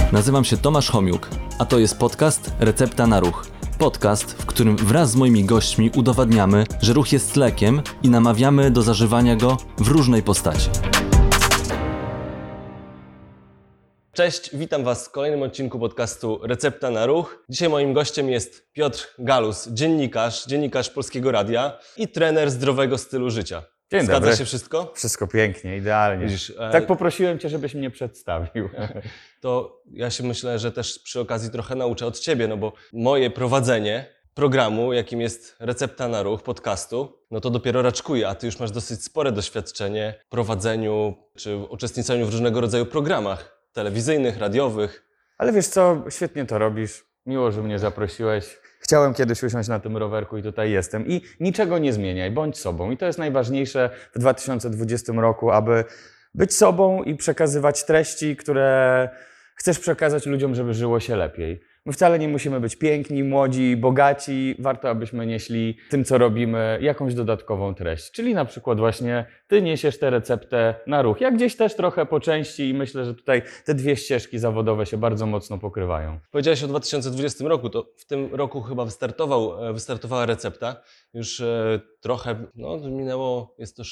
Nazywam się Tomasz Homiuk, a to jest podcast Recepta na ruch. Podcast, w którym wraz z moimi gośćmi udowadniamy, że ruch jest lekiem i namawiamy do zażywania go w różnej postaci. Cześć, witam Was w kolejnym odcinku podcastu Recepta na ruch. Dzisiaj moim gościem jest Piotr Galus, dziennikarz Polskiego Radia i trener zdrowego stylu życia. Dzień dobry. Zgadza się wszystko? Wszystko pięknie, idealnie. Widzisz, Tak poprosiłem Cię, żebyś mnie przedstawił. To ja się myślę, że też przy okazji trochę nauczę od Ciebie, no bo moje prowadzenie programu, jakim jest Recepta na ruch, podcastu, no to dopiero raczkuję, a Ty już masz dosyć spore doświadczenie w prowadzeniu czy w uczestniczeniu w różnego rodzaju programach telewizyjnych, radiowych. Ale wiesz co, świetnie to robisz. Miło, że mnie zaprosiłeś. Chciałem kiedyś usiąść na tym rowerku i tutaj jestem. I niczego nie zmieniaj, bądź sobą. I to jest najważniejsze w 2020 roku, aby być sobą i przekazywać treści, które chcesz przekazać ludziom, żeby żyło się lepiej. My wcale nie musimy być piękni, młodzi, bogaci. Warto, abyśmy nieśli tym, co robimy, jakąś dodatkową treść. Czyli na przykład właśnie Ty niesiesz tę receptę na ruch. Ja gdzieś też trochę po części i myślę, że tutaj te dwie ścieżki zawodowe się bardzo mocno pokrywają. Powiedziałeś o 2020 roku, to w tym roku chyba wystartowała recepta. Już trochę, minęło, jest to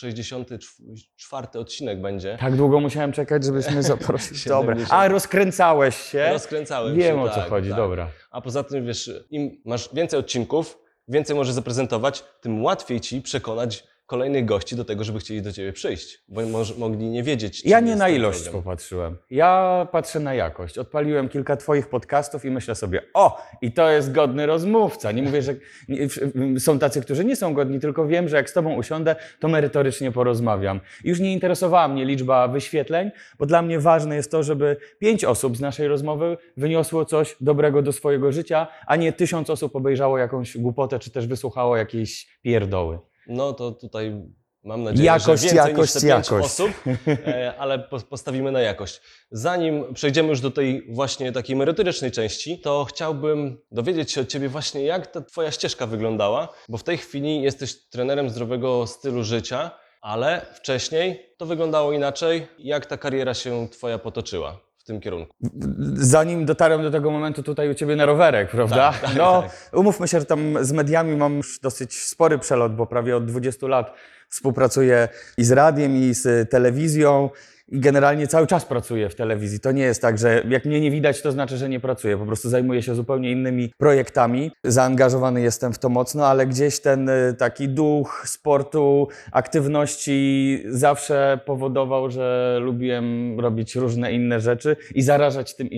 64. odcinek będzie. Tak długo musiałem czekać, żebyś mnie zaprosił. Dobra. 70. A, rozkręcałeś się? Rozkręcałem się, Wiem, o co tak, chodzi, tak. dobra. A poza tym, wiesz, im masz więcej odcinków, więcej możesz zaprezentować, tym łatwiej Ci przekonać kolejnych gości do tego, żeby chcieli do Ciebie przyjść, bo mogli nie wiedzieć. Ja czym nie jest na ten ilość program. popatrzyłem. Ja patrzę na jakość. Odpaliłem kilka Twoich podcastów i myślę sobie, i to jest godny rozmówca. Nie mówię, że są tacy, którzy nie są godni, tylko wiem, że jak z Tobą usiądę, to merytorycznie porozmawiam. I już nie interesowała mnie liczba wyświetleń, bo dla mnie ważne jest to, żeby 5 osób z naszej rozmowy wyniosło coś dobrego do swojego życia, a nie 1000 osób obejrzało jakąś głupotę, czy też wysłuchało jakiejś pierdoły. No to tutaj mam nadzieję, Jakość, że więcej jakość, niż te 5 jakość. osób, ale postawimy na jakość. Zanim przejdziemy już do tej właśnie takiej merytorycznej części, to chciałbym dowiedzieć się od Ciebie właśnie, jak ta Twoja ścieżka wyglądała, bo w tej chwili jesteś trenerem zdrowego stylu życia, ale wcześniej to wyglądało inaczej. Jak ta kariera się Twoja potoczyła w tym kierunku? Zanim dotarłem do tego momentu tutaj u Ciebie na rowerek, prawda? Tak. Umówmy się, że tam z mediami mam już dosyć spory przelot, bo prawie od 20 lat współpracuję i z radiem, i z telewizją. I generalnie cały czas pracuję w telewizji. To nie jest tak, że jak mnie nie widać, to znaczy, że nie pracuję. Po prostu zajmuję się zupełnie innymi projektami. Zaangażowany jestem w to mocno, ale gdzieś ten taki duch sportu, aktywności zawsze powodował, że lubiłem robić różne inne rzeczy i zarażać tym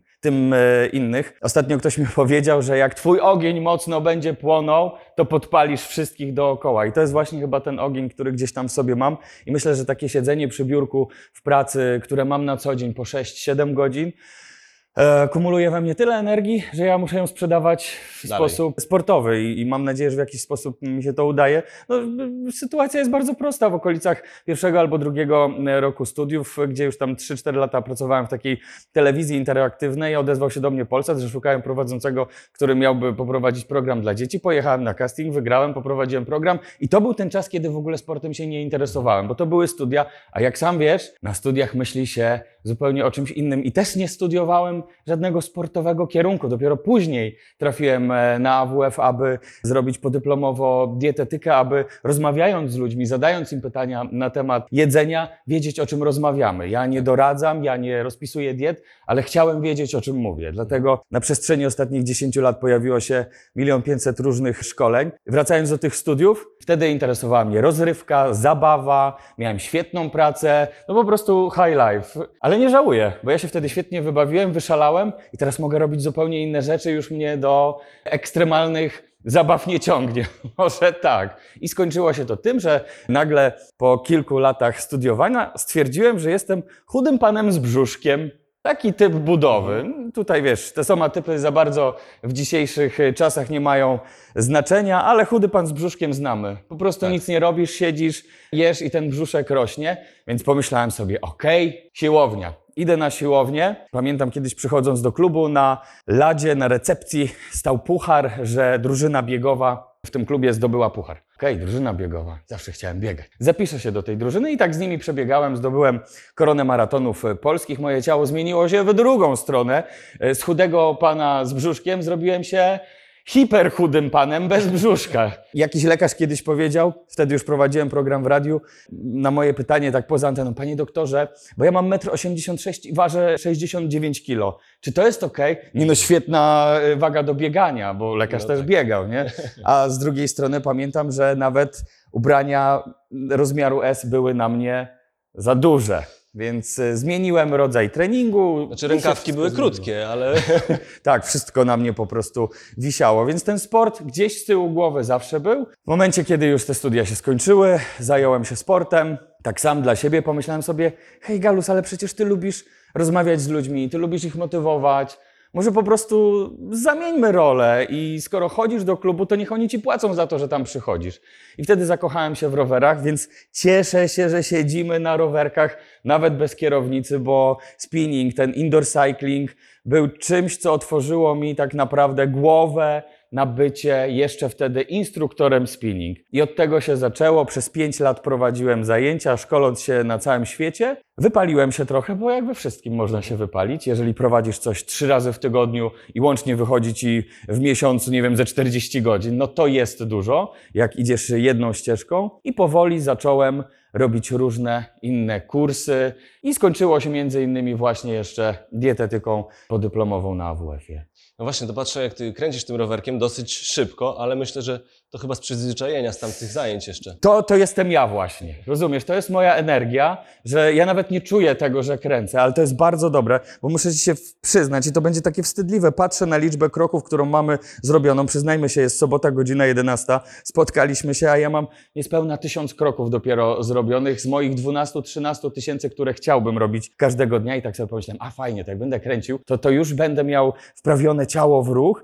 innych. Ostatnio ktoś mi powiedział, że jak twój ogień mocno będzie płonął, to podpalisz wszystkich dookoła. I to jest właśnie chyba ten ogień, który gdzieś tam w sobie mam. I myślę, że takie siedzenie przy biurku w pracy, które mam na co dzień po 6-7 godzin, kumuluje we mnie tyle energii, że ja muszę ją sprzedawać w sposób sportowy i mam nadzieję, że w jakiś sposób mi się to udaje. Sytuacja jest bardzo prosta. W okolicach 1. albo 2. roku studiów, gdzie już tam 3-4 lata pracowałem w takiej telewizji interaktywnej, odezwał się do mnie Polsat, że szukają prowadzącego, który miałby poprowadzić program dla dzieci. Pojechałem na casting, wygrałem, poprowadziłem program i to był ten czas, kiedy w ogóle sportem się nie interesowałem, bo to były studia, a jak sam wiesz, na studiach myśli się zupełnie o czymś innym i też nie studiowałem żadnego sportowego kierunku. Dopiero później trafiłem na AWF, aby zrobić podyplomowo dietetykę, aby rozmawiając z ludźmi, zadając im pytania na temat jedzenia, wiedzieć, o czym rozmawiamy. Ja nie doradzam, ja nie rozpisuję diet, ale chciałem wiedzieć, o czym mówię. Dlatego na przestrzeni ostatnich 10 lat pojawiło się 1 500 000 różnych szkoleń. Wracając do tych studiów, wtedy interesowała mnie rozrywka, zabawa, miałem świetną pracę, po prostu high life. Ale nie żałuję, bo ja się wtedy świetnie wybawiłem, wyszalałem i teraz mogę robić zupełnie inne rzeczy, już mnie do ekstremalnych zabaw nie ciągnie. Może tak. I skończyło się to tym, że nagle po kilku latach studiowania stwierdziłem, że jestem chudym panem z brzuszkiem. Taki typ budowy. Tutaj wiesz, te somatypy za bardzo w dzisiejszych czasach nie mają znaczenia, ale chudy pan z brzuszkiem znamy. Po prostu nic nie robisz, siedzisz, jesz i ten brzuszek rośnie. Więc pomyślałem sobie, siłownia. Idę na siłownię. Pamiętam kiedyś przychodząc do klubu na ladzie, na recepcji stał puchar, że drużyna biegowa w tym klubie zdobyła puchar. Okej, drużyna biegowa. Zawsze chciałem biegać. Zapiszę się do tej drużyny i tak z nimi przebiegałem, zdobyłem koronę maratonów polskich. Moje ciało zmieniło się w drugą stronę. Z chudego pana z brzuszkiem zrobiłem się hiperchudym panem bez brzuszka. Jakiś lekarz kiedyś powiedział, wtedy już prowadziłem program w radiu, na moje pytanie tak poza anteną: panie doktorze, bo ja mam 1,86 m i ważę 69 kg. Czy to jest okej? Nie no, świetna waga do biegania, bo lekarz No też tak. biegał, nie? A z drugiej strony pamiętam, że nawet ubrania rozmiaru S były na mnie za duże. Więc zmieniłem rodzaj treningu. Znaczy i się rękawki wszystko były zmieniło. krótkie, ale Tak, wszystko na mnie po prostu wisiało, więc ten sport gdzieś z tyłu głowy zawsze był. W momencie, kiedy już te studia się skończyły, zająłem się sportem. Tak sam dla siebie pomyślałem sobie: hej Galus, ale przecież ty lubisz rozmawiać z ludźmi, ty lubisz ich motywować. Może po prostu zamieńmy rolę i skoro chodzisz do klubu, to niech oni ci płacą za to, że tam przychodzisz. I wtedy zakochałem się w rowerach, więc cieszę się, że siedzimy na rowerkach nawet bez kierownicy, bo spinning, ten indoor cycling był czymś, co otworzyło mi tak naprawdę głowę na bycie jeszcze wtedy instruktorem spinning. I od tego się zaczęło. Przez 5 lat prowadziłem zajęcia, szkoląc się na całym świecie. Wypaliłem się trochę, bo jak we wszystkim można się wypalić. Jeżeli prowadzisz coś 3 razy w tygodniu i łącznie wychodzi ci w miesiącu, nie wiem, ze 40 godzin, no to jest dużo, jak idziesz jedną ścieżką. I powoli zacząłem robić różne inne kursy i skończyło się między innymi właśnie jeszcze dietetyką podyplomową na AWF-ie. no właśnie, to patrzę, jak ty kręcisz tym rowerkiem dosyć szybko, ale myślę, że to chyba z przyzwyczajenia z tamtych zajęć jeszcze. To jestem ja właśnie, rozumiesz? To jest moja energia, że ja nawet nie czuję tego, że kręcę, ale to jest bardzo dobre, bo muszę ci się przyznać i to będzie takie wstydliwe. Patrzę na liczbę kroków, którą mamy zrobioną. Przyznajmy się, jest sobota, godzina 11. Spotkaliśmy się, a ja mam niespełna 1000 kroków dopiero zrobionych z moich 12-13 tysięcy, które chciałbym robić każdego dnia i tak sobie pomyślałem: a fajnie, tak będę kręcił, to już będę miał wprawione ciało w ruch,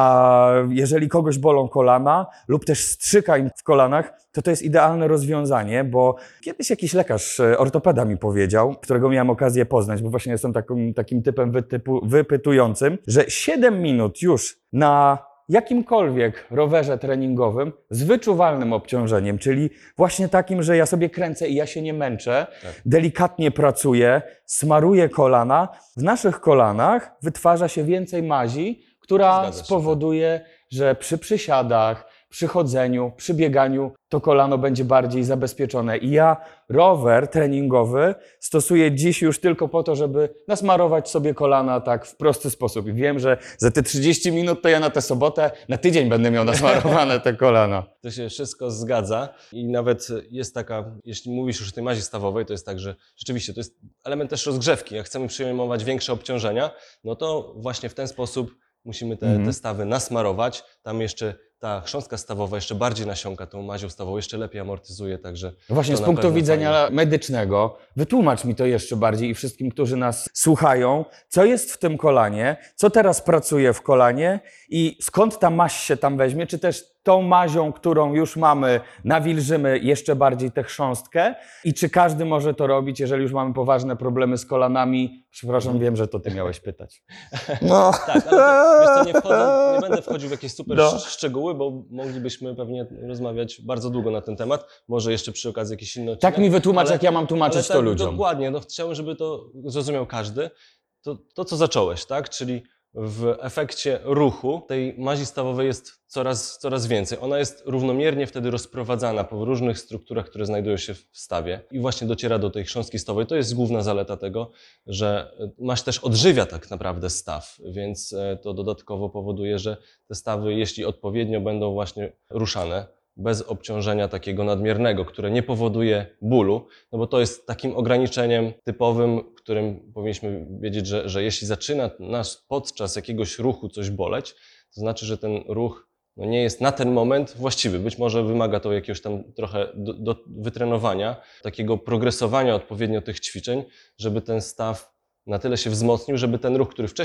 a jeżeli kogoś bolą kolana lub też strzyka im w kolanach, to jest idealne rozwiązanie, bo kiedyś jakiś lekarz, ortopeda mi powiedział, którego miałem okazję poznać, bo właśnie jestem takim typem wypytującym, że 7 minut już na jakimkolwiek rowerze treningowym z wyczuwalnym obciążeniem, czyli właśnie takim, że ja sobie kręcę i ja się nie męczę, delikatnie pracuję, smaruję kolana. W naszych kolanach wytwarza się więcej mazi, która Zgadza się, spowoduje, że przy przysiadach, przy chodzeniu, przy bieganiu to kolano będzie bardziej zabezpieczone. I ja rower treningowy stosuję dziś już tylko po to, żeby nasmarować sobie kolana tak w prosty sposób. I wiem, że za te 30 minut to ja na tę sobotę, na tydzień będę miał nasmarowane te kolana. To się wszystko zgadza i nawet jest taka, jeśli mówisz już o tej mazi stawowej, to jest tak, że rzeczywiście to jest element też rozgrzewki. Jak chcemy przyjmować większe obciążenia, no to właśnie w ten sposób musimy te stawy nasmarować. Tam jeszcze ta chrząstka stawowa jeszcze bardziej nasiąka tą mazią stawową, jeszcze lepiej amortyzuje, także No właśnie, to z na punktu pewno widzenia fajnie. medycznego, wytłumacz mi to jeszcze bardziej i wszystkim, którzy nas słuchają, co jest w tym kolanie, co teraz pracuje w kolanie i skąd ta maź się tam weźmie, czy też tą mazią, którą już mamy, nawilżymy jeszcze bardziej tę chrząstkę i czy każdy może to robić, jeżeli już mamy poważne problemy z kolanami? Przepraszam, wiem, że to ty miałeś pytać. No. Tak, ale to, wiesz co, nie będę wchodził w jakieś super No. szczegóły, bo moglibyśmy pewnie rozmawiać bardzo długo na ten temat. Może jeszcze przy okazji jakiś inny odcinek. Tak mi wytłumacz, ale- jak ja mam tłumaczyć ale to tak, ludziom. Dokładnie, no chciałem, żeby to zrozumiał każdy. To, co zacząłeś, tak? Czyli w efekcie ruchu tej mazi stawowej jest coraz więcej. Ona jest równomiernie wtedy rozprowadzana po różnych strukturach, które znajdują się w stawie i właśnie dociera do tej chrząstki stawowej. To jest główna zaleta tego, że maź też odżywia tak naprawdę staw, więc to dodatkowo powoduje, że te stawy, jeśli odpowiednio będą właśnie ruszane, bez obciążenia takiego nadmiernego, które nie powoduje bólu, no bo to jest takim ograniczeniem typowym, którym powinniśmy wiedzieć, że jeśli zaczyna nas podczas jakiegoś ruchu coś boleć, to znaczy, że ten ruch no nie jest na ten moment właściwy. Być może wymaga to jakiegoś tam trochę do wytrenowania, takiego progresowania odpowiednio tych ćwiczeń, żeby ten staw na tyle się wzmocnił, żeby ten ruch, który wcześniej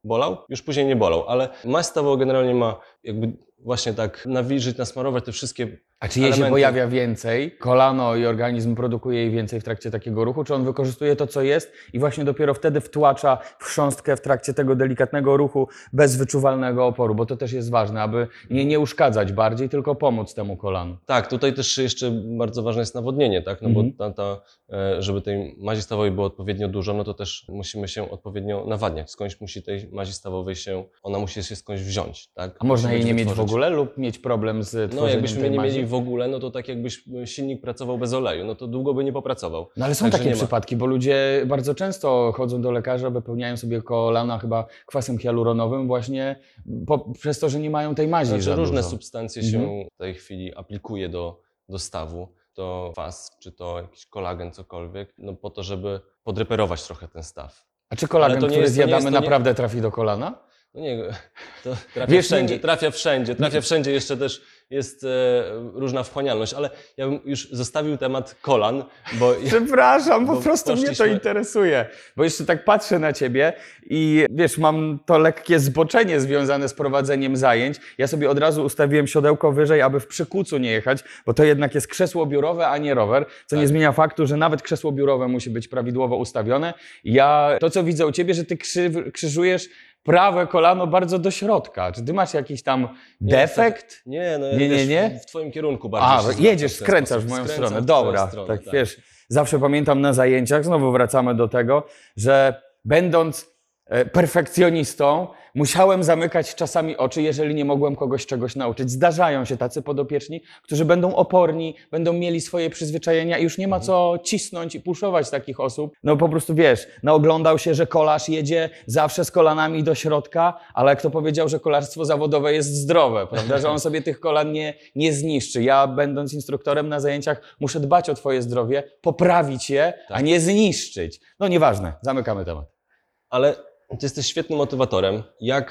bolał, już później nie bolał, ale maść stawową generalnie ma jakby właśnie tak nawilżyć, nasmarować te wszystkie A czy jej się elementy. pojawia więcej, kolano i organizm produkuje jej więcej w trakcie takiego ruchu, czy on wykorzystuje to, co jest i właśnie dopiero wtedy wtłacza w chrząstkę w trakcie tego delikatnego ruchu bez wyczuwalnego oporu, bo to też jest ważne, aby nie uszkadzać bardziej, tylko pomóc temu kolanu. Tak, tutaj też jeszcze bardzo ważne jest nawodnienie, tak? No bo żeby tej mazi stawowej było odpowiednio dużo, no to też musimy się odpowiednio nawadniać. Skądś musi tej mazi stawowej ona musi się skądś wziąć, tak? A można Musi jej być nie mieć w wytworzyć. ogóle lub mieć problem z tworzeniem No jakbyśmy tej nie mazi? mieli w ogóle, no to tak jakbyś silnik pracował bez oleju, no to długo by nie popracował. No ale są Także takie nie ma. przypadki, bo ludzie bardzo często chodzą do lekarza, wypełniają sobie kolana chyba kwasem hialuronowym właśnie przez to, że nie mają tej mazi Znaczy za różne dużo. substancje się w tej chwili aplikuje do stawu. To kwas, czy to jakiś kolagen, cokolwiek, no po to, żeby podreperować trochę ten staw. A czy kolagen, Ale to nie który jest- to nie zjadamy, jest- to nie- naprawdę trafi do kolana? No nie, to trafia Wiesz, wszędzie, nie- trafia wszędzie, jeszcze też jest różna wchłanialność, ale ja bym już zostawił temat kolan, bo Przepraszam, po Bo prostu mnie to poszliśmy- interesuje. Bo jeszcze tak patrzę na ciebie i wiesz, mam to lekkie zboczenie związane z prowadzeniem zajęć. Ja sobie od razu ustawiłem siodełko wyżej, aby w przykucu nie jechać, bo to jednak jest krzesło biurowe, a nie rower, co nie zmienia faktu, że nawet krzesło biurowe musi być prawidłowo ustawione. To co widzę u ciebie, że ty krzyżujesz prawe kolano bardzo do środka. Czy ty masz jakiś tam defekt? nie, no Nie, wiesz, nie? w twoim kierunku bardziej się zwraca jedziesz, w ten skręcasz sposób. w moją Skręcam stronę. w twoją Dobra, stronę, tak wiesz, zawsze pamiętam na zajęciach, znowu wracamy do tego, że będąc perfekcjonistą, musiałem zamykać czasami oczy, jeżeli nie mogłem kogoś czegoś nauczyć. Zdarzają się tacy podopieczni, którzy będą oporni, będą mieli swoje przyzwyczajenia i już nie ma co cisnąć i puszować takich osób. No po prostu wiesz, naoglądał się, że kolarz jedzie zawsze z kolanami do środka, ale kto powiedział, że kolarstwo zawodowe jest zdrowe, prawda? Że on sobie tych kolan nie zniszczy. Ja, będąc instruktorem na zajęciach, muszę dbać o twoje zdrowie, poprawić je, a nie zniszczyć. No nieważne, zamykamy temat. Ale ty jesteś świetnym motywatorem.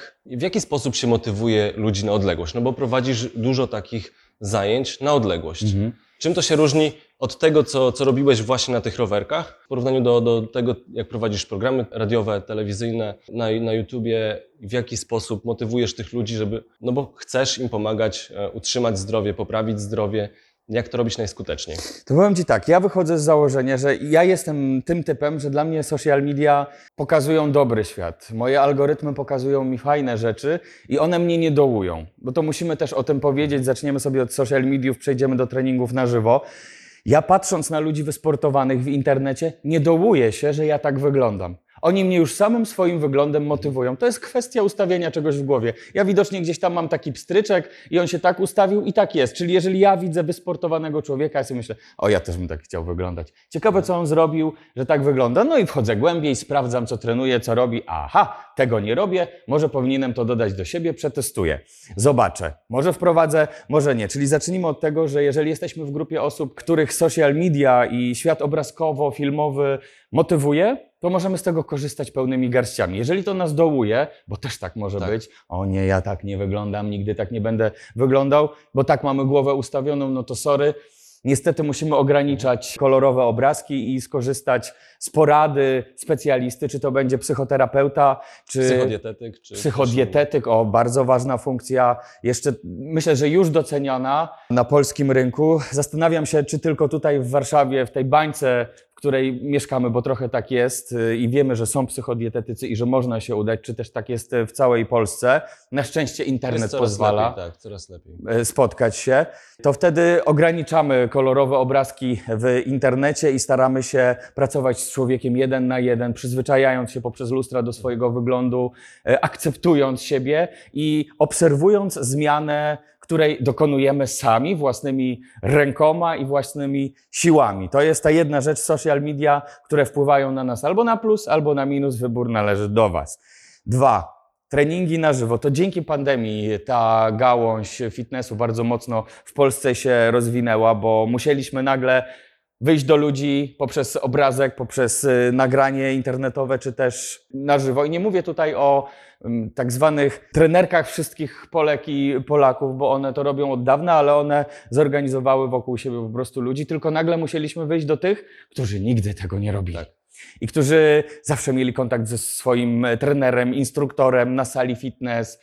W jaki sposób się motywuje ludzi na odległość? No bo prowadzisz dużo takich zajęć na odległość. Czym to się różni od tego, co robiłeś właśnie na tych rowerkach, w porównaniu do tego, jak prowadzisz programy radiowe, telewizyjne, na YouTubie? W jaki sposób motywujesz tych ludzi, no bo chcesz im pomagać, utrzymać zdrowie, poprawić zdrowie. Jak to robić najskuteczniej? To powiem Ci tak, ja wychodzę z założenia, że ja jestem tym typem, że dla mnie social media pokazują dobry świat. Moje algorytmy pokazują mi fajne rzeczy i one mnie nie dołują. Bo to musimy też o tym powiedzieć, zaczniemy sobie od social mediów, przejdziemy do treningów na żywo. Ja patrząc na ludzi wysportowanych w internecie, nie dołuję się, że ja tak wyglądam. Oni mnie już samym swoim wyglądem motywują. To jest kwestia ustawienia czegoś w głowie. Ja widocznie gdzieś tam mam taki pstryczek i on się tak ustawił i tak jest. Czyli jeżeli ja widzę wysportowanego człowieka, ja sobie myślę, ja też bym tak chciał wyglądać. Ciekawe, co on zrobił, że tak wygląda. No i wchodzę głębiej, sprawdzam, co trenuje, co robi. Aha, tego nie robię, może powinienem to dodać do siebie, przetestuję. Zobaczę. Może wprowadzę, może nie. Czyli zacznijmy od tego, że jeżeli jesteśmy w grupie osób, których social media i świat obrazkowo-filmowy motywuje, to możemy z tego korzystać pełnymi garściami. Jeżeli to nas dołuje, bo też tak może być, o nie, ja tak nie wyglądam, nigdy tak nie będę wyglądał, bo tak mamy głowę ustawioną, no to sorry. Niestety musimy ograniczać kolorowe obrazki i skorzystać z porady specjalisty, czy to będzie psychoterapeuta, czy Psychodietetyk? psychodietetyk, bardzo ważna funkcja, jeszcze myślę, że już doceniana na polskim rynku. Zastanawiam się, czy tylko tutaj w Warszawie, w tej bańce, w której mieszkamy, bo trochę tak jest i wiemy, że są psychodietetycy i że można się udać, czy też tak jest w całej Polsce. Na szczęście internet pozwala. Lepiej, tak, coraz lepiej. Spotkać się, to wtedy ograniczamy kolorowe obrazki w internecie i staramy się pracować z człowiekiem 1 na 1, przyzwyczajając się poprzez lustra do swojego wyglądu, akceptując siebie i obserwując zmianę, której dokonujemy sami, własnymi rękoma i własnymi siłami. To jest ta jedna rzecz, social media, które wpływają na nas albo na plus, albo na minus. Wybór należy do Was. 2. Treningi na żywo. To dzięki pandemii ta gałąź fitnessu bardzo mocno w Polsce się rozwinęła, bo musieliśmy nagle wyjść do ludzi poprzez obrazek, poprzez nagranie internetowe, czy też na żywo. I nie mówię tutaj o tak zwanych trenerkach wszystkich Polek i Polaków, bo one to robią od dawna, ale one zorganizowały wokół siebie po prostu ludzi, tylko nagle musieliśmy wyjść do tych, którzy nigdy tego nie robili. Tak. i którzy zawsze mieli kontakt ze swoim trenerem, instruktorem na sali fitness,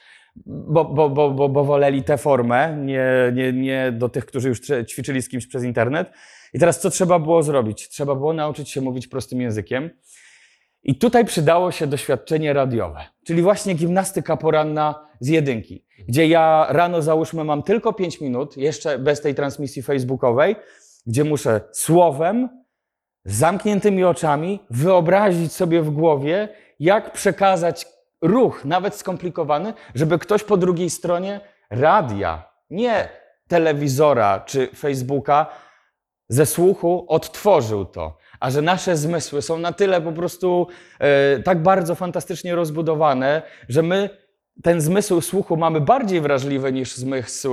bo woleli tę formę, nie do tych, którzy już ćwiczyli z kimś przez internet. I teraz co trzeba było zrobić? Trzeba było nauczyć się mówić prostym językiem. I tutaj przydało się doświadczenie radiowe, czyli właśnie gimnastyka poranna z jedynki, gdzie ja rano załóżmy mam tylko 5 minut, jeszcze bez tej transmisji facebookowej, gdzie muszę słowem, z zamkniętymi oczami wyobrazić sobie w głowie, jak przekazać ruch, nawet skomplikowany, żeby ktoś po drugiej stronie radia, nie telewizora czy Facebooka, ze słuchu odtworzył to. A że nasze zmysły są na tyle po prostu tak bardzo fantastycznie rozbudowane, że my ten zmysł słuchu mamy bardziej wrażliwy niż zmysł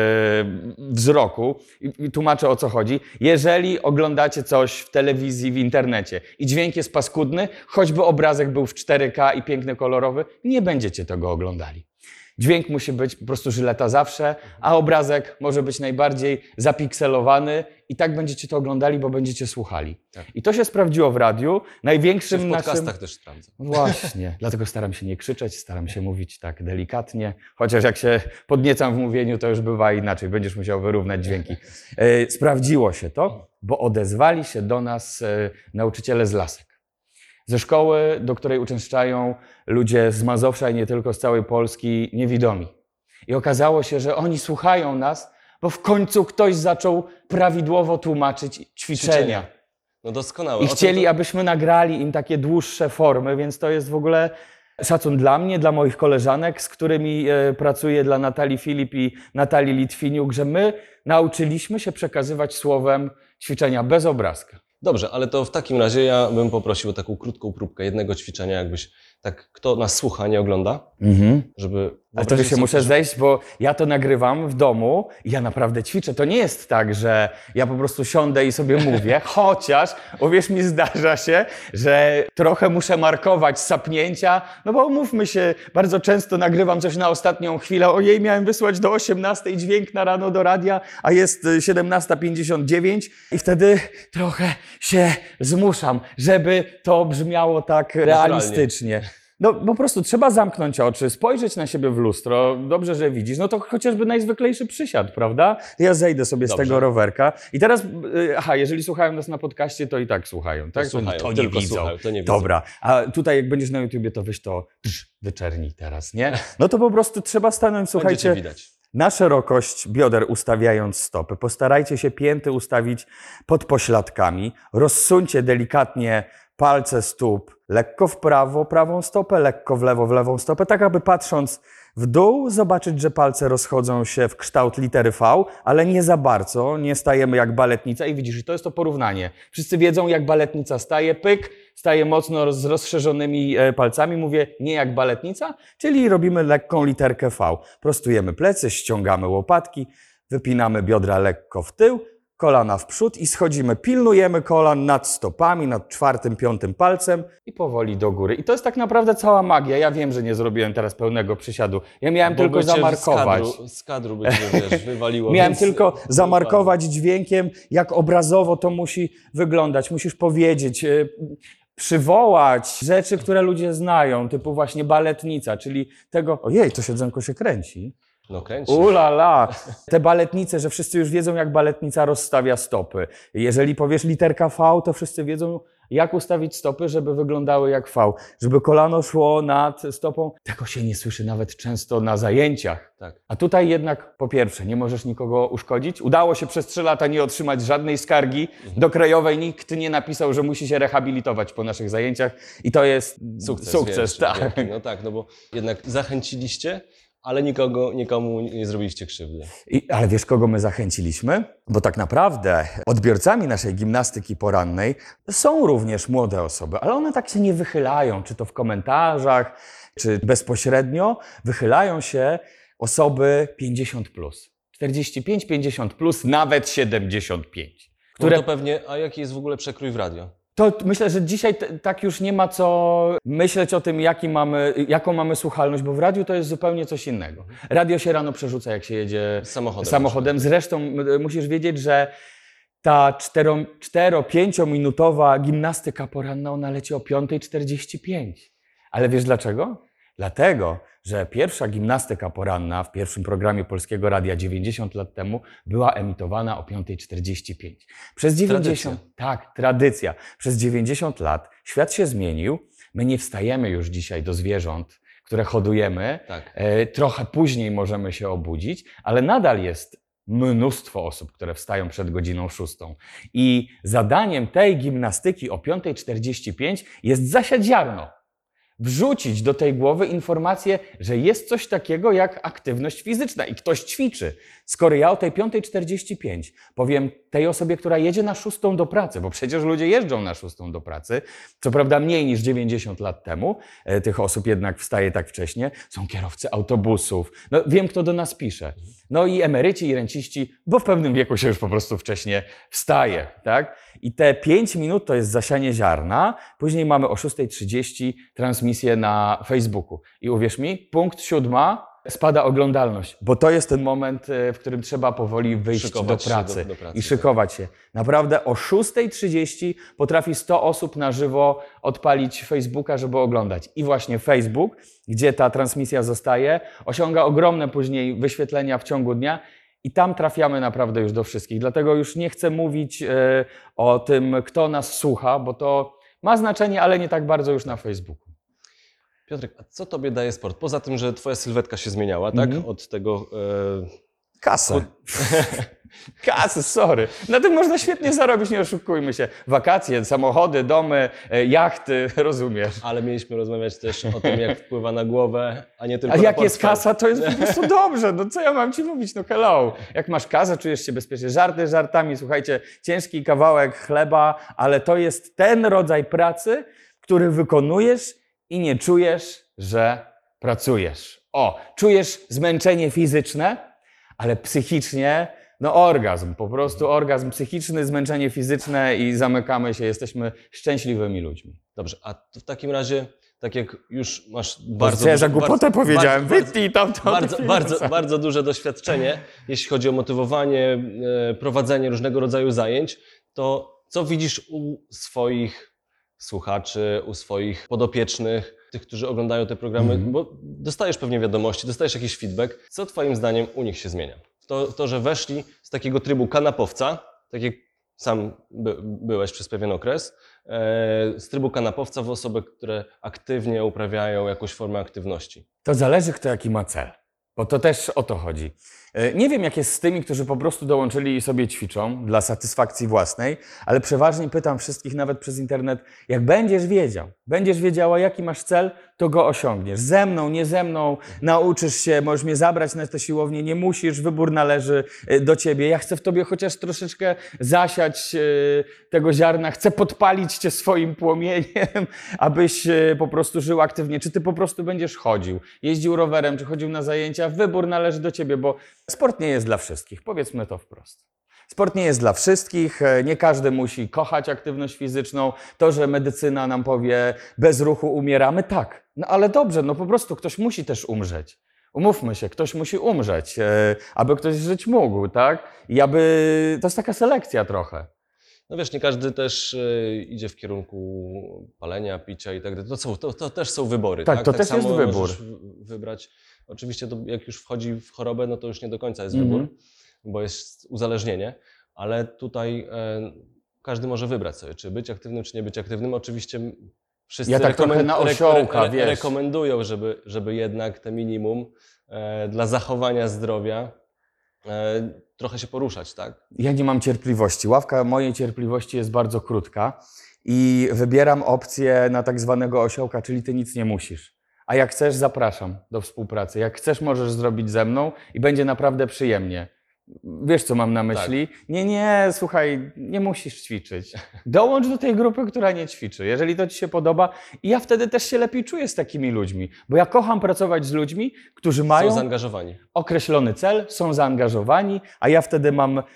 wzroku. I tłumaczę, o co chodzi. Jeżeli oglądacie coś w telewizji, w internecie i dźwięk jest paskudny, choćby obrazek był w 4K i piękny, kolorowy, nie będziecie tego oglądali. Dźwięk musi być po prostu żyleta zawsze, a obrazek może być najbardziej zapikselowany i tak będziecie to oglądali, bo będziecie słuchali. Tak. I to się sprawdziło w radiu. Największym w podcastach naszym... też sprawdzę. Właśnie, dlatego staram się nie krzyczeć, staram się mówić tak delikatnie, chociaż jak się podniecam w mówieniu, to już bywa inaczej, będziesz musiał wyrównać dźwięki. Sprawdziło się to, bo odezwali się do nas nauczyciele z Lasek. Ze szkoły, do której uczęszczają ludzie z Mazowsza i nie tylko, z całej Polski, niewidomi. I okazało się, że oni słuchają nas, bo w końcu ktoś zaczął prawidłowo tłumaczyć ćwiczenia. No doskonałe. I chcieli, abyśmy nagrali im takie dłuższe formy, więc to jest w ogóle szacun dla mnie, dla moich koleżanek, z którymi pracuję, dla Natalii Filip i Natalii Litwiniuk, że my nauczyliśmy się przekazywać słowem ćwiczenia bez obrazka. Dobrze, ale to w takim razie ja bym poprosił o taką krótką próbkę jednego ćwiczenia, jakbyś tak, kto nas słucha, nie ogląda, żeby... Ale to się muszę zejść, bo ja to nagrywam w domu i ja naprawdę ćwiczę. To nie jest tak, że ja po prostu siądę i sobie mówię, chociaż, uwierz mi, zdarza się, że trochę muszę markować sapnięcia, no bo umówmy się, bardzo często nagrywam coś na ostatnią chwilę, ojej, miałem wysłać do 18 dźwięk na rano do radia, a jest 17:59 i wtedy trochę się zmuszam, żeby to brzmiało tak realistycznie. No po prostu trzeba zamknąć oczy, spojrzeć na siebie w lustro, dobrze, że widzisz, no to chociażby najzwyklejszy przysiad, prawda? Ja zejdę sobie z tego rowerka i teraz, jeżeli słuchają nas na podcaście, to i tak słuchają, tak? Słuchają, to nie tylko widzą. słuchają, to nie widzą. Dobra, a tutaj jak będziesz na YouTubie, to weź to wyczernij teraz, nie? No to po prostu trzeba stanąć, słuchajcie, widać. na szerokość bioder ustawiając stopy. Postarajcie się pięty ustawić pod pośladkami, rozsuńcie delikatnie palce stóp lekko w prawo, prawą stopę, lekko w lewą stopę, tak aby patrząc w dół zobaczyć, że palce rozchodzą się w kształt litery V, ale nie za bardzo, nie stajemy jak baletnica i widzisz, to jest to porównanie. Wszyscy wiedzą, jak baletnica staje, pyk, staje mocno z rozszerzonymi palcami, mówię nie jak baletnica, czyli robimy lekką literkę V. Prostujemy plecy, ściągamy łopatki, wypinamy biodra lekko w tył, kolana w przód i schodzimy. Pilnujemy kolan nad stopami, nad 4., 5. palcem i powoli do góry. I to jest tak naprawdę cała magia. Ja wiem, że nie zrobiłem teraz pełnego przysiadu. Ja miałem tylko zamarkować. Z kadru by cię, wiesz, wywaliło. Miałem tylko zamarkować dźwiękiem, jak obrazowo to musi wyglądać. Musisz powiedzieć, przywołać rzeczy, które ludzie znają, typu właśnie baletnica, czyli tego... Ojej, to siedzenko się kręci. No kręci. Ulala! Te baletnice, że wszyscy już wiedzą, jak baletnica rozstawia stopy. Jeżeli powiesz literka V, to wszyscy wiedzą, jak ustawić stopy, żeby wyglądały jak V. Żeby kolano szło nad stopą. Tego się nie słyszy nawet często na zajęciach. Tak. A tutaj jednak, po pierwsze, nie możesz nikogo uszkodzić. Udało się przez 3 lata nie otrzymać żadnej skargi do krajowej. Nikt nie napisał, że musi się rehabilitować po naszych zajęciach. I to jest sukces, tak. Wielki. No tak, no bo jednak zachęciliście, ale nikomu nie zrobiliście krzywdy. Ale wiesz, kogo my zachęciliśmy? Bo tak naprawdę odbiorcami naszej gimnastyki porannej są również młode osoby, ale one tak się nie wychylają, czy to w komentarzach, czy bezpośrednio. Wychylają się osoby 50+, 45, 50+, nawet 75. Które... No to pewnie, a jaki jest w ogóle przekrój w radio? To myślę, że dzisiaj tak już nie ma co myśleć o tym, jaką mamy słuchalność, bo w radiu to jest zupełnie coś innego. Radio się rano przerzuca, jak się jedzie samochodem. Zresztą musisz wiedzieć, że ta 4-5 minutowa gimnastyka poranna, ona leci o 5:45. Ale wiesz dlaczego? Dlatego, że pierwsza gimnastyka poranna w pierwszym programie Polskiego Radia 90 lat temu była emitowana o 5:45. Przez 90, tak, tradycja. Przez 90 lat świat się zmienił. My nie wstajemy już dzisiaj do zwierząt, które hodujemy. Tak. Trochę później możemy się obudzić, ale nadal jest mnóstwo osób, które wstają przed godziną 6. I zadaniem tej gimnastyki o 5:45 jest zasiać ziarno. Wrzucić do tej głowy informację, że jest coś takiego jak aktywność fizyczna i ktoś ćwiczy. Skoro ja o tej 5:45 powiem tej osobie, która jedzie na 6 do pracy, bo przecież ludzie jeżdżą na 6 do pracy, co prawda mniej niż 90 lat temu, tych osób jednak wstaje tak wcześnie, są kierowcy autobusów, no wiem kto do nas pisze, no i emeryci i renciści, bo w pewnym wieku się już po prostu wcześnie wstaje, tak? I te 5 minut to jest zasianie ziarna, później mamy o 6:30 transmisję na Facebooku. I uwierz mi, punkt 7 spada oglądalność, bo to jest ten moment, w którym trzeba powoli wyjść Szykować do się pracy, do pracy, i szykować się. Naprawdę o 6:30 potrafi 100 osób na żywo odpalić Facebooka, żeby oglądać. I właśnie Facebook, gdzie ta transmisja zostaje, osiąga ogromne później wyświetlenia w ciągu dnia i tam trafiamy naprawdę już do wszystkich. Dlatego już nie chcę mówić o tym, kto nas słucha, bo to ma znaczenie, ale nie tak bardzo już na Facebooku. Piotrek, a co tobie daje sport? Poza tym, że twoja sylwetka się zmieniała, tak? Od tego... Kasę. Kasę, sorry. Na tym można świetnie zarobić, nie oszukujmy się. Wakacje, samochody, domy, jachty, rozumiesz. Ale mieliśmy rozmawiać też o tym, jak wpływa na głowę, a nie tylko A na jak jest portfel. kasa, to jest po prostu dobrze. No co ja mam ci mówić? No hello. Jak masz kasę, czujesz się bezpiecznie. Żarty żartami, słuchajcie, ciężki kawałek chleba, ale to jest ten rodzaj pracy, który wykonujesz i nie czujesz, że pracujesz. O, czujesz zmęczenie fizyczne, ale psychicznie, no orgazm, po prostu orgazm psychiczny, zmęczenie fizyczne i zamykamy się, jesteśmy szczęśliwymi ludźmi. Dobrze, a to w takim razie, tak jak już masz Co ja za głupotę powiedziałem? Wytnij tam to. bardzo duże doświadczenie, jeśli chodzi o motywowanie, prowadzenie różnego rodzaju zajęć, to co widzisz u swoich słuchaczy, u swoich podopiecznych, tych, którzy oglądają te programy, bo dostajesz pewnie wiadomości, dostajesz jakiś feedback. Co twoim zdaniem u nich się zmienia? To, że weszli z takiego trybu kanapowca, tak jak sam byłeś przez pewien okres, z trybu kanapowca w osoby, które aktywnie uprawiają jakąś formę aktywności. To zależy, kto jaki ma cel, bo to też o to chodzi. Nie wiem, jak jest z tymi, którzy po prostu dołączyli i sobie ćwiczą dla satysfakcji własnej, ale przeważnie pytam wszystkich, nawet przez internet, jak będziesz wiedziała, jaki masz cel, to go osiągniesz. Ze mną, nie ze mną, nauczysz się, możesz mnie zabrać na tę siłownię, nie musisz, wybór należy do ciebie. Ja chcę w tobie chociaż troszeczkę zasiać tego ziarna, chcę podpalić cię swoim płomieniem, abyś po prostu żył aktywnie. Czy ty po prostu będziesz chodził, jeździł rowerem, czy chodził na zajęcia, wybór należy do ciebie, bo sport nie jest dla wszystkich, powiedzmy to wprost. Sport nie jest dla wszystkich, nie każdy musi kochać aktywność fizyczną. To, że medycyna nam powie, bez ruchu umieramy, tak. No ale dobrze, no po prostu ktoś musi też umrzeć. Umówmy się, ktoś musi umrzeć, aby ktoś żyć mógł, tak? I to jest taka selekcja trochę. No wiesz, nie każdy też idzie w kierunku palenia, picia i tak dalej. To też są wybory. Tak, to też samo jest wybór. możesz wybrać. Oczywiście to jak już wchodzi w chorobę, no to już nie do końca jest wybór, bo jest uzależnienie, ale tutaj każdy może wybrać sobie, czy być aktywnym, czy nie być aktywnym. Oczywiście wszyscy Ja tak trochę na osiołka, wiesz. rekomendują, żeby jednak te minimum dla zachowania zdrowia trochę się poruszać, tak? Ja nie mam cierpliwości. Ławka mojej cierpliwości jest bardzo krótka i wybieram opcję na tak zwanego osiołka, czyli ty nic nie musisz. A jak chcesz, zapraszam do współpracy. Jak chcesz, możesz zrobić ze mną i będzie naprawdę przyjemnie. Wiesz, co mam na myśli? Tak. Nie, słuchaj, nie musisz ćwiczyć. Dołącz do tej grupy, która nie ćwiczy, jeżeli to ci się podoba. I ja wtedy też się lepiej czuję z takimi ludźmi, bo ja kocham pracować z ludźmi, którzy mają są zaangażowani. Określony cel, są zaangażowani, a ja wtedy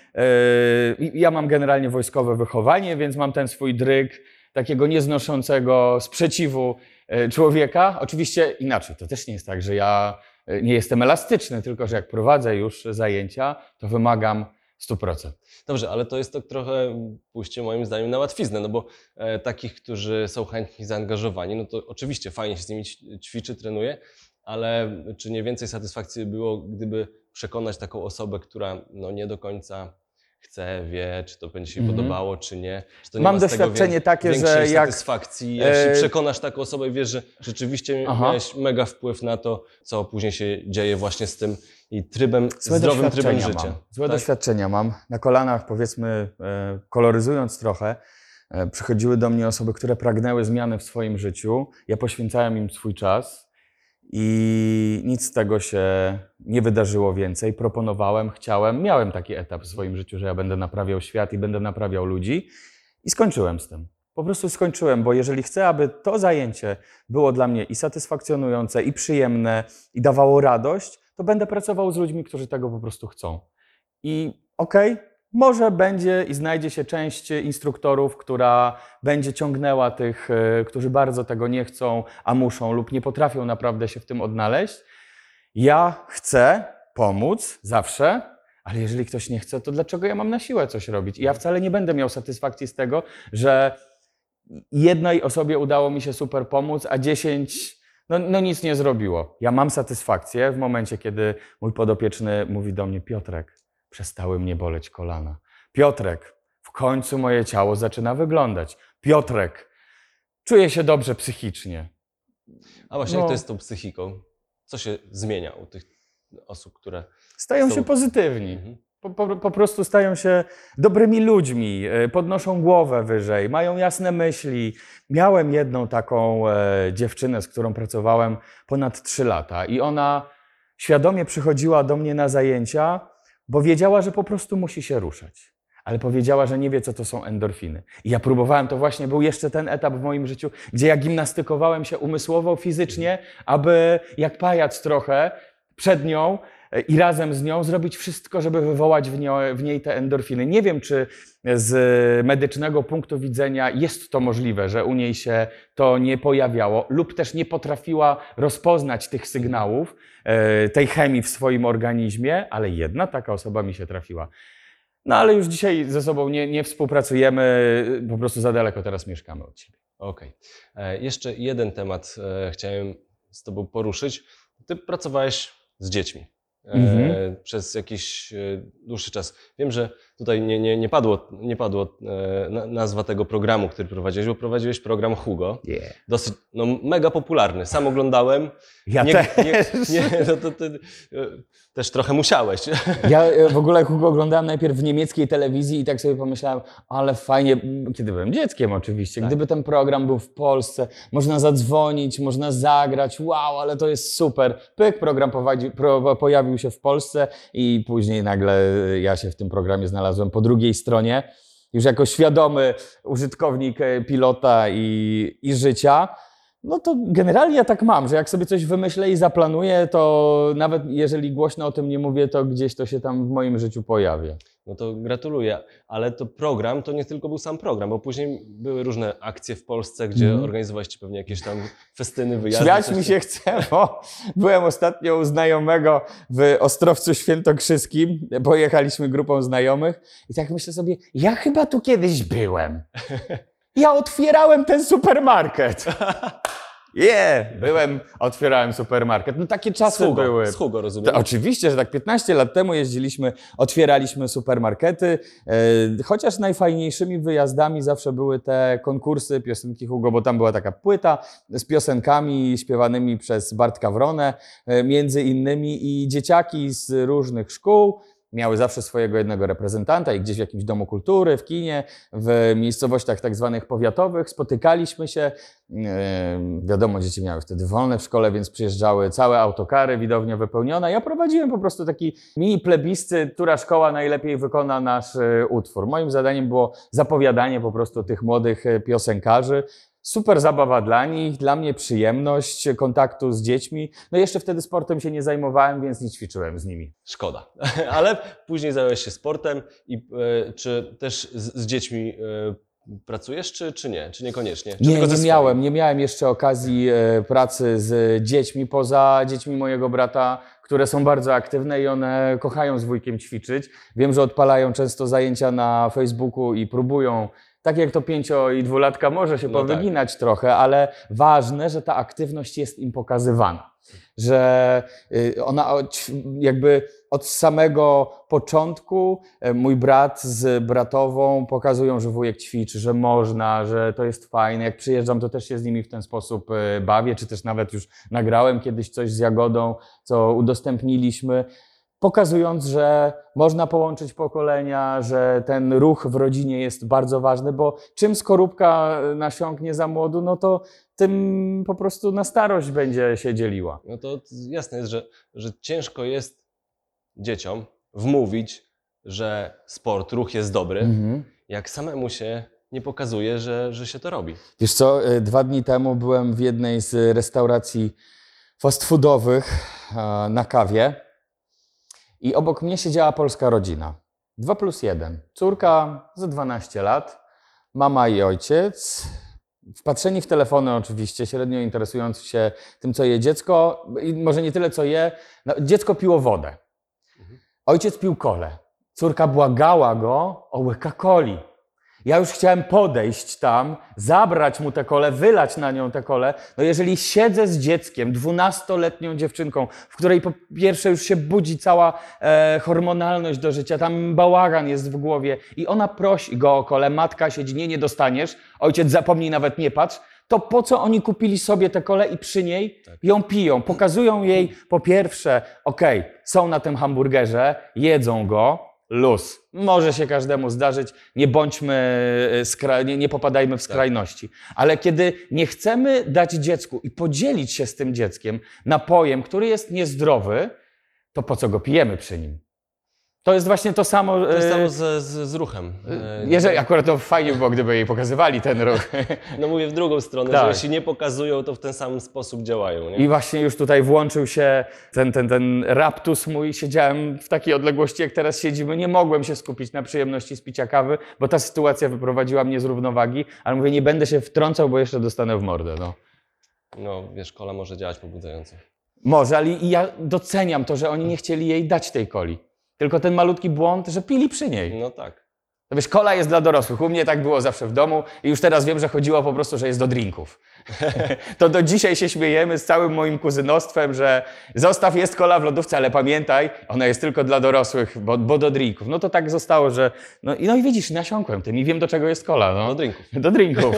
mam generalnie wojskowe wychowanie, więc mam ten swój dryg takiego nieznoszącego sprzeciwu człowieka. Oczywiście inaczej, to też nie jest tak, że ja nie jestem elastyczny, tylko że jak prowadzę już zajęcia, to wymagam 100%. Dobrze, ale to jest to trochę pójście moim zdaniem na łatwiznę, no bo takich, którzy są chętni, zaangażowani, no to oczywiście fajnie się z nimi ćwiczy, trenuje, ale czy nie więcej satysfakcji było, gdyby przekonać taką osobę, która no nie do końca chce, wie, czy to będzie się podobało, czy nie. Czy to nie Mam ma z tego doświadczenie takie, większej że jak satysfakcji, jeśli przekonasz taką osobę i wiesz, że rzeczywiście miałeś mega wpływ na to, co później się dzieje właśnie z tym i trybem, zdrowym trybem życia. Złe tak? doświadczenia mam. Na kolanach, powiedzmy, koloryzując trochę, przychodziły do mnie osoby, które pragnęły zmiany w swoim życiu. Ja poświęcałem im swój czas i nic z tego się nie wydarzyło więcej. Proponowałem, chciałem, miałem taki etap w swoim życiu, że ja będę naprawiał świat i będę naprawiał ludzi i skończyłem z tym. Po prostu skończyłem, bo jeżeli chcę, aby to zajęcie było dla mnie i satysfakcjonujące, i przyjemne, i dawało radość, to będę pracował z ludźmi, którzy tego po prostu chcą. I może będzie i znajdzie się część instruktorów, która będzie ciągnęła tych, którzy bardzo tego nie chcą, a muszą lub nie potrafią naprawdę się w tym odnaleźć. Ja chcę pomóc zawsze, ale jeżeli ktoś nie chce, to dlaczego ja mam na siłę coś robić? I ja wcale nie będę miał satysfakcji z tego, że jednej osobie udało mi się super pomóc, a 10 no nic nie zrobiło. Ja mam satysfakcję w momencie, kiedy mój podopieczny mówi do mnie: Piotrek, przestały mnie boleć kolana. Piotrek, w końcu moje ciało zaczyna wyglądać. Piotrek, czuję się dobrze psychicznie. A właśnie, jak to jest z tą psychiką? Co się zmienia u tych osób, które Stają są... się pozytywni. Po prostu stają się dobrymi ludźmi, podnoszą głowę wyżej, mają jasne myśli. Miałem jedną taką dziewczynę, z którą pracowałem ponad 3 lata i ona świadomie przychodziła do mnie na zajęcia, bo wiedziała, że po prostu musi się ruszać. Ale powiedziała, że nie wie, co to są endorfiny. I ja próbowałem, to właśnie był jeszcze ten etap w moim życiu, gdzie ja gimnastykowałem się umysłowo, fizycznie, aby jak pajac trochę przed nią i razem z nią zrobić wszystko, żeby wywołać w niej te endorfiny. Nie wiem, czy z medycznego punktu widzenia jest to możliwe, że u niej się to nie pojawiało lub też nie potrafiła rozpoznać tych sygnałów, tej chemii w swoim organizmie, ale jedna taka osoba mi się trafiła. No ale już dzisiaj ze sobą nie współpracujemy, po prostu za daleko teraz mieszkamy od siebie. Okej. Jeszcze jeden temat chciałem z Tobą poruszyć. Ty pracowałeś z dziećmi przez jakiś dłuższy czas. Wiem, że tutaj nie padło nazwa tego programu, który prowadziłeś, bo prowadziłeś program Hugo. Dosyć, mega popularny. Sam oglądałem. Ja też. Ty też trochę musiałeś. Ja w ogóle Hugo oglądałem najpierw w niemieckiej telewizji i tak sobie pomyślałem, ale fajnie, kiedy byłem dzieckiem oczywiście, gdyby ten program był w Polsce, można zadzwonić, można zagrać, wow, ale to jest super. Pyk, program pojawił się w Polsce i później nagle ja się w tym programie znalazłem po drugiej stronie, już jako świadomy użytkownik pilota i życia. No to generalnie ja tak mam, że jak sobie coś wymyślę i zaplanuję, to nawet jeżeli głośno o tym nie mówię, to gdzieś to się tam w moim życiu pojawia. No to gratuluję, ale to program to nie tylko był sam program, bo później były różne akcje w Polsce, gdzie organizowaliście pewnie jakieś tam festyny, wyjazdy. Śmiać mi się chce, bo byłem ostatnio u znajomego w Ostrowcu Świętokrzyskim, pojechaliśmy grupą znajomych i tak myślę sobie, ja chyba tu kiedyś byłem. Ja otwierałem ten supermarket. Otwierałem supermarket. No takie czasy były. Z Hugo, rozumiem. Oczywiście, że tak 15 lat temu jeździliśmy, otwieraliśmy supermarkety, chociaż najfajniejszymi wyjazdami zawsze były te konkursy piosenki Hugo, bo tam była taka płyta z piosenkami śpiewanymi przez Bartka Wronę, między innymi, i dzieciaki z różnych szkół miały zawsze swojego jednego reprezentanta i gdzieś w jakimś domu kultury, w kinie, w miejscowościach tak zwanych powiatowych spotykaliśmy się. Wiadomo, dzieci miały wtedy wolne w szkole, więc przyjeżdżały całe autokary, widownia wypełniona. Ja prowadziłem po prostu taki mini plebiscyt, która szkoła najlepiej wykona nasz utwór. Moim zadaniem było zapowiadanie po prostu tych młodych piosenkarzy. Super zabawa dla nich, dla mnie przyjemność kontaktu z dziećmi. No jeszcze wtedy sportem się nie zajmowałem, więc nie ćwiczyłem z nimi. Szkoda. Ale później zająłeś się sportem i czy też z dziećmi pracujesz, czy nie? Czy niekoniecznie? Czy Nie miałem jeszcze okazji pracy z dziećmi, poza dziećmi mojego brata, które są bardzo aktywne i one kochają z wujkiem ćwiczyć. Wiem, że odpalają często zajęcia na Facebooku i próbują, tak jak to 5- i 2-latka może się powyginać trochę, ale ważne, że ta aktywność jest im pokazywana. Że ona jakby od samego początku mój brat z bratową pokazują, że wujek ćwiczy, że można, że to jest fajne. Jak przyjeżdżam, to też się z nimi w ten sposób bawię, czy też nawet już nagrałem kiedyś coś z Jagodą, co udostępniliśmy, pokazując, że można połączyć pokolenia, że ten ruch w rodzinie jest bardzo ważny, bo czym skorupka nasiąknie za młodu, no to tym po prostu na starość będzie się dzieliła. No to jasne jest, że ciężko jest dzieciom wmówić, że sport, ruch jest dobry, jak samemu się nie pokazuje, że się to robi. Wiesz co, 2 dni temu byłem w jednej z restauracji fast foodowych na kawie i obok mnie siedziała polska rodzina. 2+1. Córka za 12 lat, mama i ojciec. Wpatrzeni w telefony oczywiście, średnio interesujący się tym, co je dziecko. I może nie tyle, co je. No, dziecko piło wodę. Ojciec pił kolę. Córka błagała go o łyka coli. Ja już chciałem podejść tam, zabrać mu tę kolę, wylać na nią tę kolę. No jeżeli siedzę z dzieckiem, 12-letnią dziewczynką, w której po pierwsze już się budzi cała hormonalność do życia, tam bałagan jest w głowie i ona prosi go o kolę, matka siedzi, nie dostaniesz, ojciec zapomnij, nawet nie patrz, to po co oni kupili sobie tę kolę i przy niej ją piją? Pokazują jej po pierwsze, są na tym hamburgerze, jedzą go, luz. Może się każdemu zdarzyć, nie bądźmy, nie popadajmy w skrajności. Ale kiedy nie chcemy dać dziecku i podzielić się z tym dzieckiem napojem, który jest niezdrowy, to po co go pijemy przy nim? To jest właśnie to samo. To jest samo z ruchem. Jeżeli akurat to fajnie było, gdyby jej pokazywali ten ruch. No mówię w drugą stronę, Tak. że jeśli nie pokazują, to w ten sam sposób działają. Nie? I właśnie już tutaj włączył się ten raptus mój. Siedziałem w takiej odległości, jak teraz siedzimy. Nie mogłem się skupić na przyjemności z picia kawy, bo ta sytuacja wyprowadziła mnie z równowagi. Ale mówię, nie będę się wtrącał, bo jeszcze dostanę w mordę. No wiesz, kola może działać pobudzająco. Może, ale i ja doceniam to, że oni nie chcieli jej dać tej coli. Tylko ten malutki błąd, że pili przy niej. No tak. To wiesz, kola jest dla dorosłych. U mnie tak było zawsze w domu i już teraz wiem, że chodziło po prostu, że jest do drinków. To do dzisiaj się śmiejemy z całym moim kuzynostwem, że zostaw, jest kola w lodówce, ale pamiętaj, ona jest tylko dla dorosłych, bo do drinków. No to tak zostało, że... No i widzisz, nasiąkłem tym i wiem, do czego jest kola. No. Do drinków. Do drinków.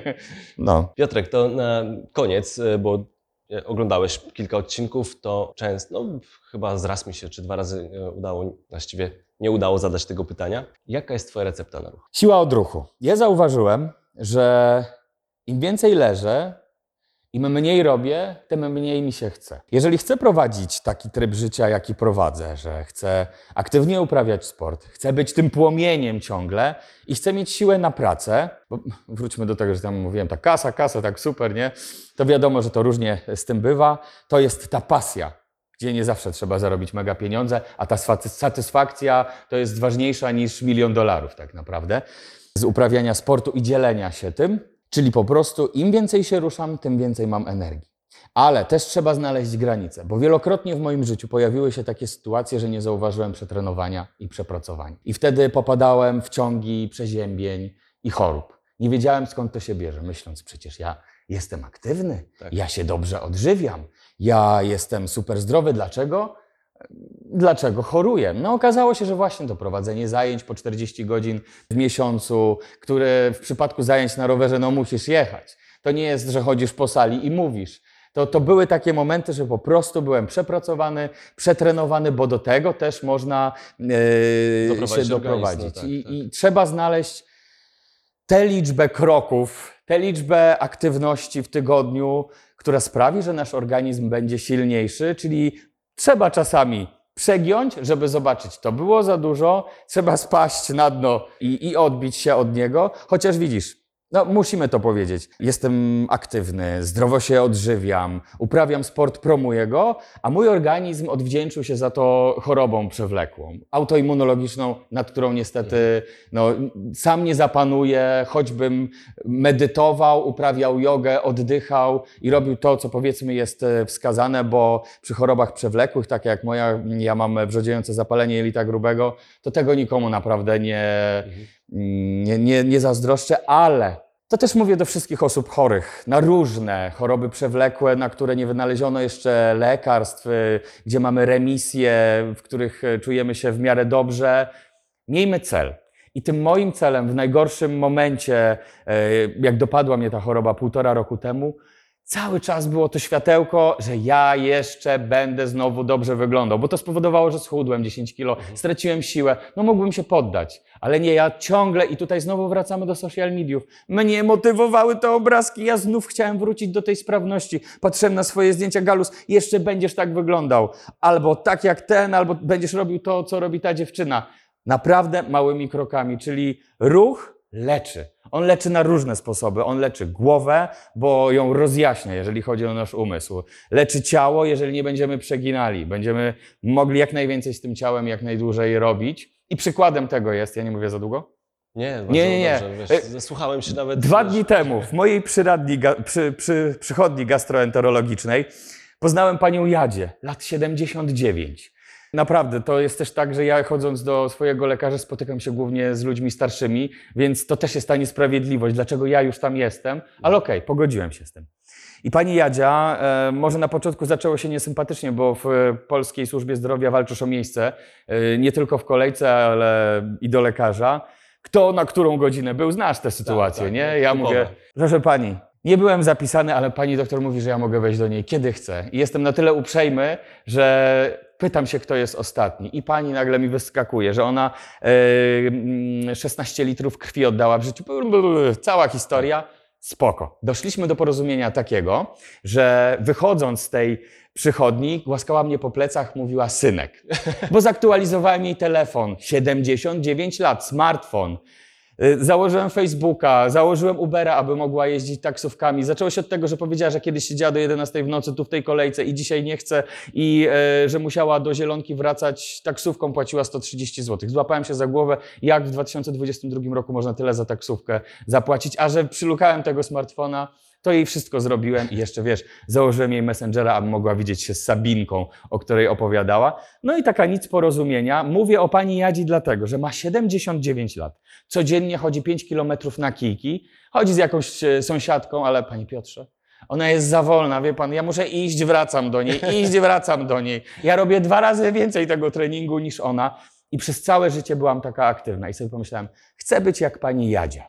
No. Piotrek, to na koniec, bo oglądałeś kilka odcinków, to często, no chyba raz mi się, czy 2 razy udało, właściwie nie udało zadać tego pytania. Jaka jest twoja recepta na ruch? Siła odruchu. Ja zauważyłem, że im więcej leżę, im mniej robię, tym mniej mi się chce. Jeżeli chcę prowadzić taki tryb życia, jaki prowadzę, że chcę aktywnie uprawiać sport, chcę być tym płomieniem ciągle i chcę mieć siłę na pracę, bo wróćmy do tego, że tam mówiłem, ta kasa, tak super, nie? To wiadomo, że to różnie z tym bywa. To jest ta pasja, gdzie nie zawsze trzeba zarobić mega pieniądze, a ta satysfakcja to jest ważniejsza niż $1 milion tak naprawdę z uprawiania sportu i dzielenia się tym. Czyli po prostu im więcej się ruszam, tym więcej mam energii. Ale też trzeba znaleźć granice, bo wielokrotnie w moim życiu pojawiły się takie sytuacje, że nie zauważyłem przetrenowania i przepracowania. I wtedy popadałem w ciągi przeziębień i chorób. Nie wiedziałem, skąd to się bierze, myśląc, przecież ja jestem aktywny, ja się dobrze odżywiam, ja jestem super zdrowy. Dlaczego? Dlaczego choruję? No okazało się, że właśnie to prowadzenie zajęć po 40 godzin w miesiącu, które w przypadku zajęć na rowerze musisz jechać. To nie jest, że chodzisz po sali i mówisz. To były takie momenty, że po prostu byłem przepracowany, przetrenowany, bo do tego też można się doprowadzić. Tak. I trzeba znaleźć tę liczbę kroków, tę liczbę aktywności w tygodniu, która sprawi, że nasz organizm będzie silniejszy, czyli trzeba czasami przegiąć, żeby zobaczyć, to było za dużo, trzeba spaść na dno i odbić się od niego. Chociaż widzisz, No, musimy to powiedzieć. Jestem aktywny, zdrowo się odżywiam, uprawiam sport, promuję go, a mój organizm odwdzięczył się za to chorobą przewlekłą, autoimmunologiczną, nad którą niestety sam nie zapanuję, choćbym medytował, uprawiał jogę, oddychał i robił to, co powiedzmy jest wskazane, bo przy chorobach przewlekłych, tak jak moja, ja mam wrzodziejące zapalenie jelita grubego, to tego nikomu naprawdę nie zazdroszczę, ale to też mówię do wszystkich osób chorych na różne choroby przewlekłe, na które nie wynaleziono jeszcze lekarstw, gdzie mamy remisje, w których czujemy się w miarę dobrze. Miejmy cel. I tym moim celem w najgorszym momencie, jak dopadła mnie ta choroba 1,5 roku temu, cały czas było to światełko, że ja jeszcze będę znowu dobrze wyglądał, bo to spowodowało, że schudłem 10 kilo, straciłem siłę, mógłbym się poddać, ale nie, ja ciągle i tutaj znowu wracamy do social mediów. Mnie motywowały te obrazki, ja znów chciałem wrócić do tej sprawności. Patrzyłem na swoje zdjęcia, Galus, jeszcze będziesz tak wyglądał, albo tak jak ten, albo będziesz robił to, co robi ta dziewczyna. Naprawdę małymi krokami, czyli ruch leczy. On leczy na różne sposoby. On leczy głowę, bo ją rozjaśnia, jeżeli chodzi o nasz umysł. Leczy ciało, jeżeli nie będziemy przeginali. Będziemy mogli jak najwięcej z tym ciałem, jak najdłużej robić. I przykładem tego jest, ja nie mówię za długo? Nie, bardzo Nie. dobrze, wiesz, zasłuchałem się nawet... 2 dni temu w mojej przychodni gastroenterologicznej poznałem panią Jadzie, lat 79. Naprawdę, to jest też tak, że ja chodząc do swojego lekarza spotykam się głównie z ludźmi starszymi, więc to też jest ta niesprawiedliwość, dlaczego ja już tam jestem, ale okej, pogodziłem się z tym. I pani Jadzia, może na początku zaczęło się niesympatycznie, bo w Polskiej Służbie Zdrowia walczysz o miejsce, nie tylko w kolejce, ale i do lekarza. Kto na którą godzinę był, znasz tę sytuację, tak, nie? tak, Ja typowe. mówię, proszę pani, nie byłem zapisany, ale pani doktor mówi, że ja mogę wejść do niej kiedy chcę. I jestem na tyle uprzejmy, że pytam się, kto jest ostatni. I pani nagle mi wyskakuje, że ona 16 litrów krwi oddała w życiu. Cała historia. Spoko. Doszliśmy do porozumienia takiego, że wychodząc z tej przychodni, głaskała mnie po plecach, mówiła synek. Bo zaktualizowałem jej telefon. 79 lat, smartfon. Założyłem Facebooka, założyłem Ubera, aby mogła jeździć taksówkami. Zaczęło się od tego, że powiedziała, że kiedyś siedziała do 11 w nocy tu w tej kolejce i dzisiaj nie chce i że musiała do Zielonki wracać taksówką, płaciła 130 zł. Złapałem się za głowę, jak w 2022 roku można tyle za taksówkę zapłacić, a że przylukałem tego smartfona, to jej wszystko zrobiłem i jeszcze, wiesz, założyłem jej Messengera, aby mogła widzieć się z Sabinką, o której opowiadała. No i taka nic porozumienia. Mówię o pani Jadzi dlatego, że ma 79 lat. Codziennie chodzi 5 kilometrów na kijki. Chodzi z jakąś sąsiadką, ale panie Piotrze, ona jest za wolna, wie pan, ja muszę iść, wracam do niej, iść, wracam do niej. Ja robię 2 razy więcej tego treningu niż ona i przez całe życie byłam taka aktywna. I sobie pomyślałem, chcę być jak pani Jadzia,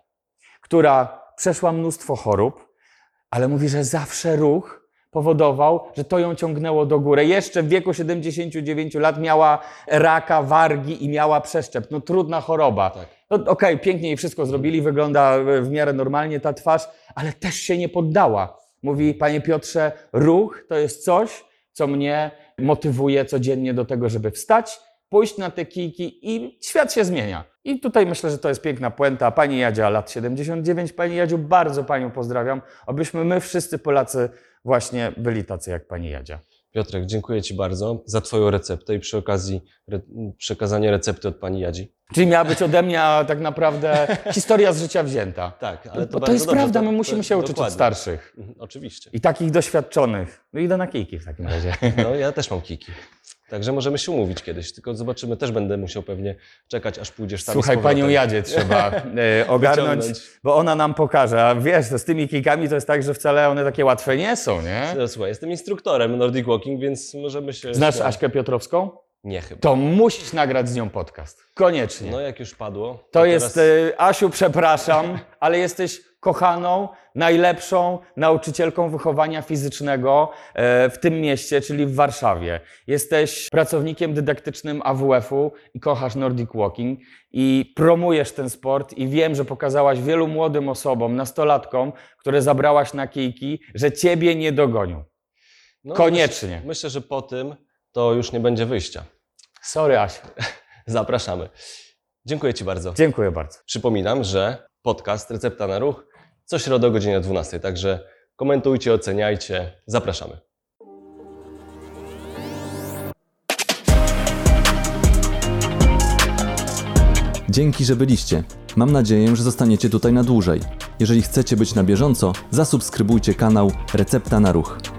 która przeszła mnóstwo chorób, ale mówi, że zawsze ruch powodował, że to ją ciągnęło do góry. Jeszcze w wieku 79 lat miała raka wargi i miała przeszczep. No trudna choroba. Tak. No, okej, pięknie jej wszystko zrobili, wygląda w miarę normalnie ta twarz, ale też się nie poddała. Mówi, panie Piotrze, ruch to jest coś, co mnie motywuje codziennie do tego, żeby wstać, pójść na te kijki i świat się zmienia. I tutaj myślę, że to jest piękna puenta. Pani Jadzia, lat 79. Pani Jadziu, bardzo panią pozdrawiam, abyśmy my wszyscy Polacy właśnie byli tacy jak pani Jadzia. Piotrek, dziękuję ci bardzo za twoją receptę i przy okazji przekazanie recepty od pani Jadzi. Czyli miała być ode mnie, a tak naprawdę historia z życia wzięta. Tak, ale Bo to bardzo jest dobrze, prawda, my musimy się uczyć od dokładnie. starszych. Oczywiście. I takich doświadczonych. No idę na kijki w takim razie. No ja też mam kiki. Także możemy się umówić kiedyś, tylko zobaczymy, też będę musiał pewnie czekać, aż pójdziesz tam. Słuchaj, panią Jadzie trzeba ogarnąć, Wyciągnąć. bo ona nam pokaże. A wiesz, to z tymi kijkami to jest tak, że wcale one takie łatwe nie są, nie? Słuchaj, jestem instruktorem Nordic Walking, więc możemy się... Znasz Aśkę Piotrowską? Nie chyba. To musisz nagrać z nią podcast. Koniecznie. No jak już padło... To teraz- jest, Asiu, przepraszam, ale jesteś kochaną, najlepszą nauczycielką wychowania fizycznego w tym mieście, czyli w Warszawie. Jesteś pracownikiem dydaktycznym AWF-u i kochasz Nordic Walking i promujesz ten sport i wiem, że pokazałaś wielu młodym osobom, nastolatkom, które zabrałaś na kijki, że ciebie nie dogonią. No, Koniecznie. Myślę, że po tym to już nie będzie wyjścia. Sorry, Asiu. Zapraszamy. Dziękuję ci bardzo. Dziękuję bardzo. Przypominam, że podcast Recepta na Ruch co środę o godzinie 12. Także komentujcie, oceniajcie. Zapraszamy. Dzięki, że byliście. Mam nadzieję, że zostaniecie tutaj na dłużej. Jeżeli chcecie być na bieżąco, zasubskrybujcie kanał Recepta na Ruch.